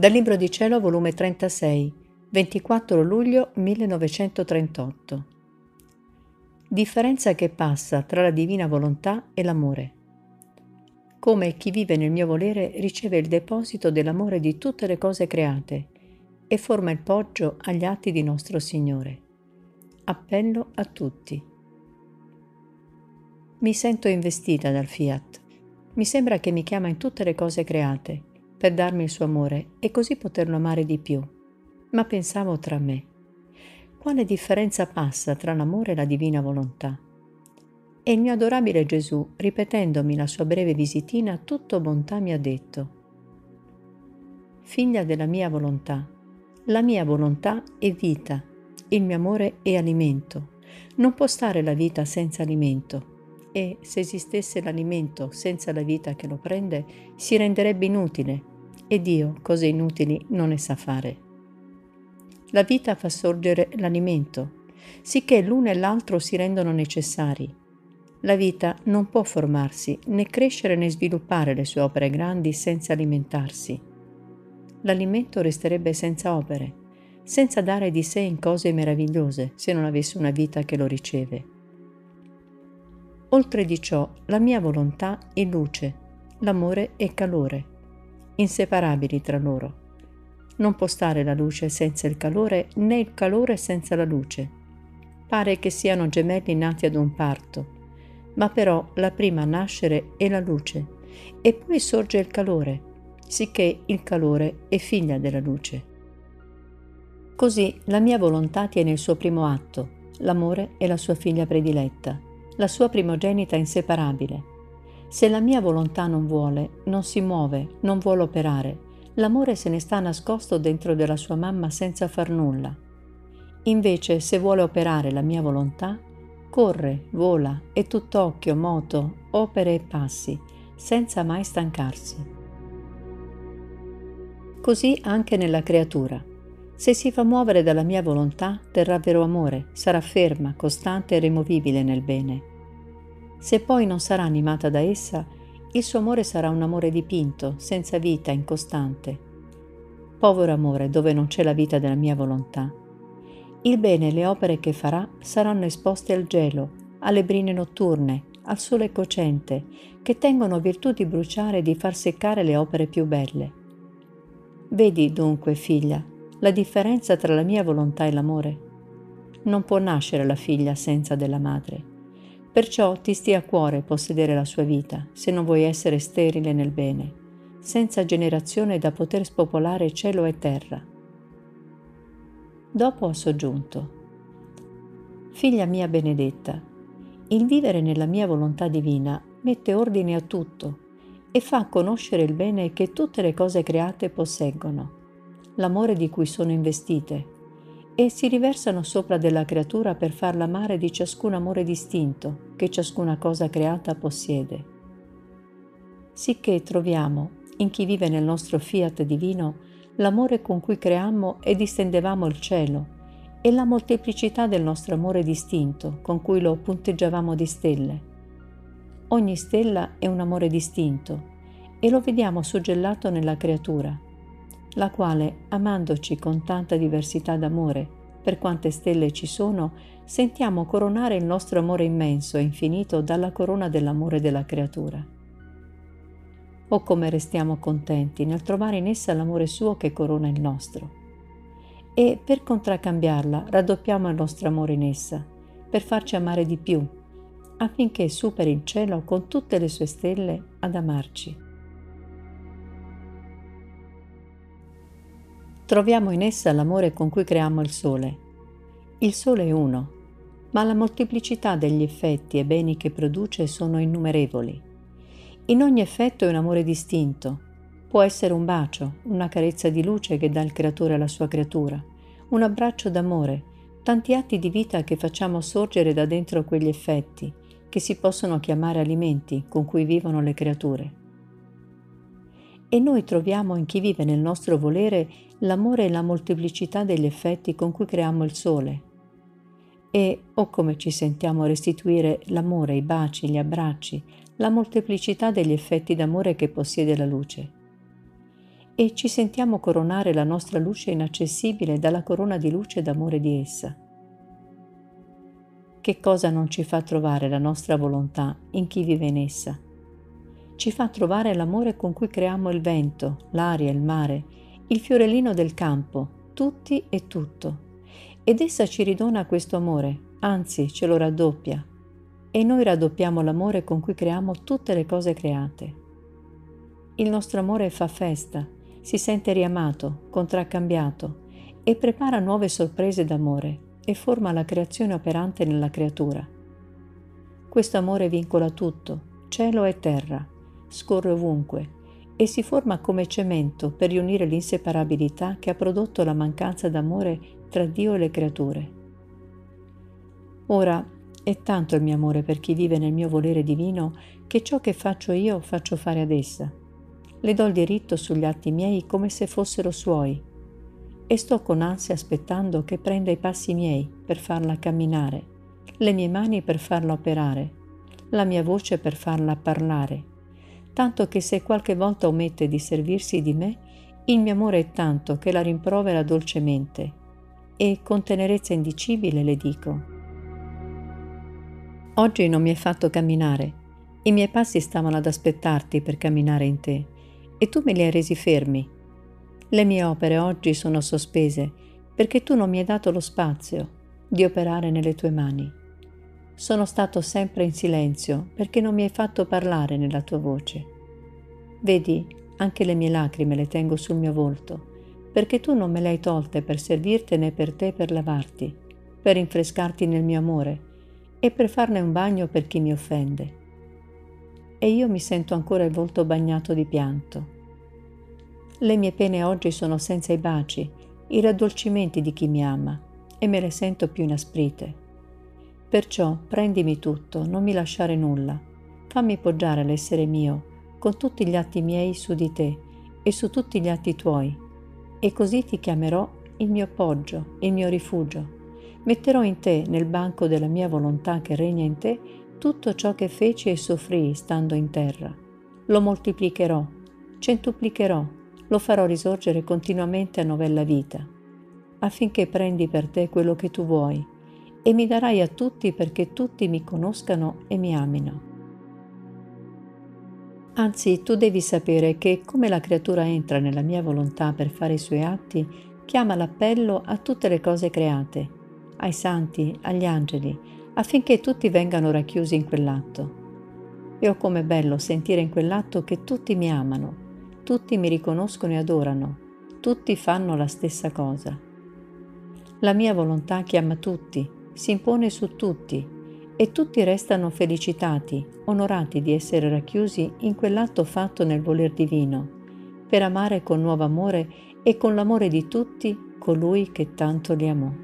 Dal Libro di Cielo, volume 36, 24 luglio 1938. Differenza che passa tra la divina volontà e l'amore. Come chi vive nel mio volere riceve il deposito dell'amore di tutte le cose create e forma il poggio agli atti di nostro Signore. Appello a tutti. Mi sento investita dal Fiat. Mi sembra che mi chiama in tutte le cose create per darmi il suo amore e così poterlo amare di più. Ma pensavo tra me, quale differenza passa tra l'amore e la divina volontà? E il mio adorabile Gesù, ripetendomi la sua breve visitina, tutto bontà mi ha detto: figlia della mia volontà, la mia volontà è vita, il mio amore è alimento. Non può stare la vita senza alimento. E se esistesse l'alimento senza la vita che lo prende, si renderebbe inutile, e Dio cose inutili non ne sa fare. La vita fa sorgere l'alimento, sicché l'uno e l'altro si rendono necessari. La vita non può formarsi, né crescere né sviluppare le sue opere grandi senza alimentarsi. L'alimento resterebbe senza opere, senza dare di sé in cose meravigliose, se non avesse una vita che lo riceve. Oltre di ciò, la mia volontà è luce, l'amore è calore, inseparabili tra loro. Non può stare la luce senza il calore, né il calore senza la luce. Pare che siano gemelli nati ad un parto, ma però la prima a nascere è la luce, e poi sorge il calore, sicché il calore è figlia della luce. Così la mia volontà tiene il suo primo atto, l'amore è la sua figlia prediletta, la sua primogenita inseparabile. Se la mia volontà non vuole, non si muove, non vuole operare, l'amore se ne sta nascosto dentro della sua mamma senza far nulla. Invece, se vuole operare la mia volontà, corre, vola, è tutt'occhio, moto, opere e passi, senza mai stancarsi. Così anche nella creatura. Se si fa muovere dalla mia volontà, terrà vero amore, sarà ferma, costante e rimovibile nel bene. Se poi non sarà animata da essa, il suo amore sarà un amore dipinto, senza vita, incostante. Povero amore, dove non c'è la vita della mia volontà. Il bene e le opere che farà saranno esposte al gelo, alle brine notturne, al sole cocente, che tengono virtù di bruciare e di far seccare le opere più belle. Vedi dunque, figlia, la differenza tra la mia volontà e l'amore? Non può nascere la figlia senza della madre. Perciò ti stia a cuore possedere la sua vita, se non vuoi essere sterile nel bene, senza generazione da poter spopolare cielo e terra. Dopo ha soggiunto: figlia mia benedetta, il vivere nella mia volontà divina mette ordine a tutto e fa conoscere il bene che tutte le cose create posseggono, l'amore di cui sono investite, e si riversano sopra della creatura per farla amare di ciascun amore distinto che ciascuna cosa creata possiede. Sicché troviamo, in chi vive nel nostro fiat divino, l'amore con cui creammo e distendevamo il cielo e la molteplicità del nostro amore distinto con cui lo punteggiavamo di stelle. Ogni stella è un amore distinto e lo vediamo suggellato nella creatura, la quale, amandoci con tanta diversità d'amore, per quante stelle ci sono, sentiamo coronare il nostro amore immenso e infinito dalla corona dell'amore della creatura. Oh, come restiamo contenti nel trovare in essa l'amore suo che corona il nostro. E per contraccambiarla raddoppiamo il nostro amore in essa, per farci amare di più, affinché superi il cielo con tutte le sue stelle ad amarci. Troviamo in essa l'amore con cui creammo il sole. Il sole è uno, ma la molteplicità degli effetti e beni che produce sono innumerevoli. In ogni effetto è un amore distinto. Può essere un bacio, una carezza di luce che dà il creatore alla sua creatura, un abbraccio d'amore, tanti atti di vita che facciamo sorgere da dentro quegli effetti, che si possono chiamare alimenti con cui vivono le creature. E noi troviamo in chi vive nel nostro volere l'amore e la molteplicità degli effetti con cui creammo il sole. E oh, come ci sentiamo restituire l'amore, i baci, gli abbracci, la molteplicità degli effetti d'amore che possiede la luce. e ci sentiamo coronare la nostra luce inaccessibile dalla corona di luce ed amore di essa. Che cosa non ci fa trovare la nostra volontà in chi vive in essa? Ci fa trovare l'amore con cui creiamo il vento, l'aria, il mare, il fiorellino del campo, tutti e tutto. Ed essa ci ridona questo amore, anzi ce lo raddoppia. E noi raddoppiamo l'amore con cui creiamo tutte le cose create. Il nostro amore fa festa, si sente riamato, contraccambiato e prepara nuove sorprese d'amore e forma la creazione operante nella creatura. Questo amore vincola tutto, cielo e terra, scorre ovunque e si forma come cemento per riunire l'inseparabilità che ha prodotto la mancanza d'amore tra Dio e le creature. Ora, è tanto il mio amore per chi vive nel mio volere divino che ciò che faccio io faccio fare ad essa. Le do il diritto sugli atti miei come se fossero suoi e sto con ansia aspettando che prenda i passi miei per farla camminare, le mie mani per farla operare, la mia voce per farla parlare, tanto che se qualche volta omette di servirsi di me, il mio amore è tanto che la rimprovera dolcemente e con tenerezza indicibile le dico: oggi non mi hai fatto camminare, i miei passi stavano ad aspettarti per camminare in te e tu me li hai resi fermi. Le mie opere oggi sono sospese perché tu non mi hai dato lo spazio di operare nelle tue mani. Sono stato sempre in silenzio perché non mi hai fatto parlare nella tua voce. Vedi, anche le mie lacrime le tengo sul mio volto perché tu non me le hai tolte per servirtene per te per lavarti, per rinfrescarti nel mio amore e per farne un bagno per chi mi offende. E io mi sento ancora il volto bagnato di pianto. Le mie pene oggi sono senza i baci, i raddolcimenti di chi mi ama, e me le sento più inasprite. Perciò prendimi tutto, non mi lasciare nulla, fammi poggiare l'essere mio, con tutti gli atti miei su di te e su tutti gli atti tuoi, e così ti chiamerò il mio appoggio, il mio rifugio. Metterò in te, nel banco della mia volontà che regna in te, tutto ciò che feci e soffrii stando in terra. Lo moltiplicherò, centuplicherò, lo farò risorgere continuamente a novella vita, affinché prendi per te quello che tu vuoi e mi darai a tutti perché tutti mi conoscano e mi amino. Anzi, tu devi sapere che come la creatura entra nella mia volontà per fare i suoi atti, chiama l'appello a tutte le cose create, ai santi, agli angeli, affinché tutti vengano racchiusi in quell'atto. E ho come bello sentire in quell'atto che tutti mi amano, tutti mi riconoscono e adorano, tutti fanno la stessa cosa. La mia volontà chiama tutti, si impone su tutti, e tutti restano felicitati, onorati di essere racchiusi in quell'atto fatto nel voler divino, per amare con nuovo amore e con l'amore di tutti colui che tanto li amò.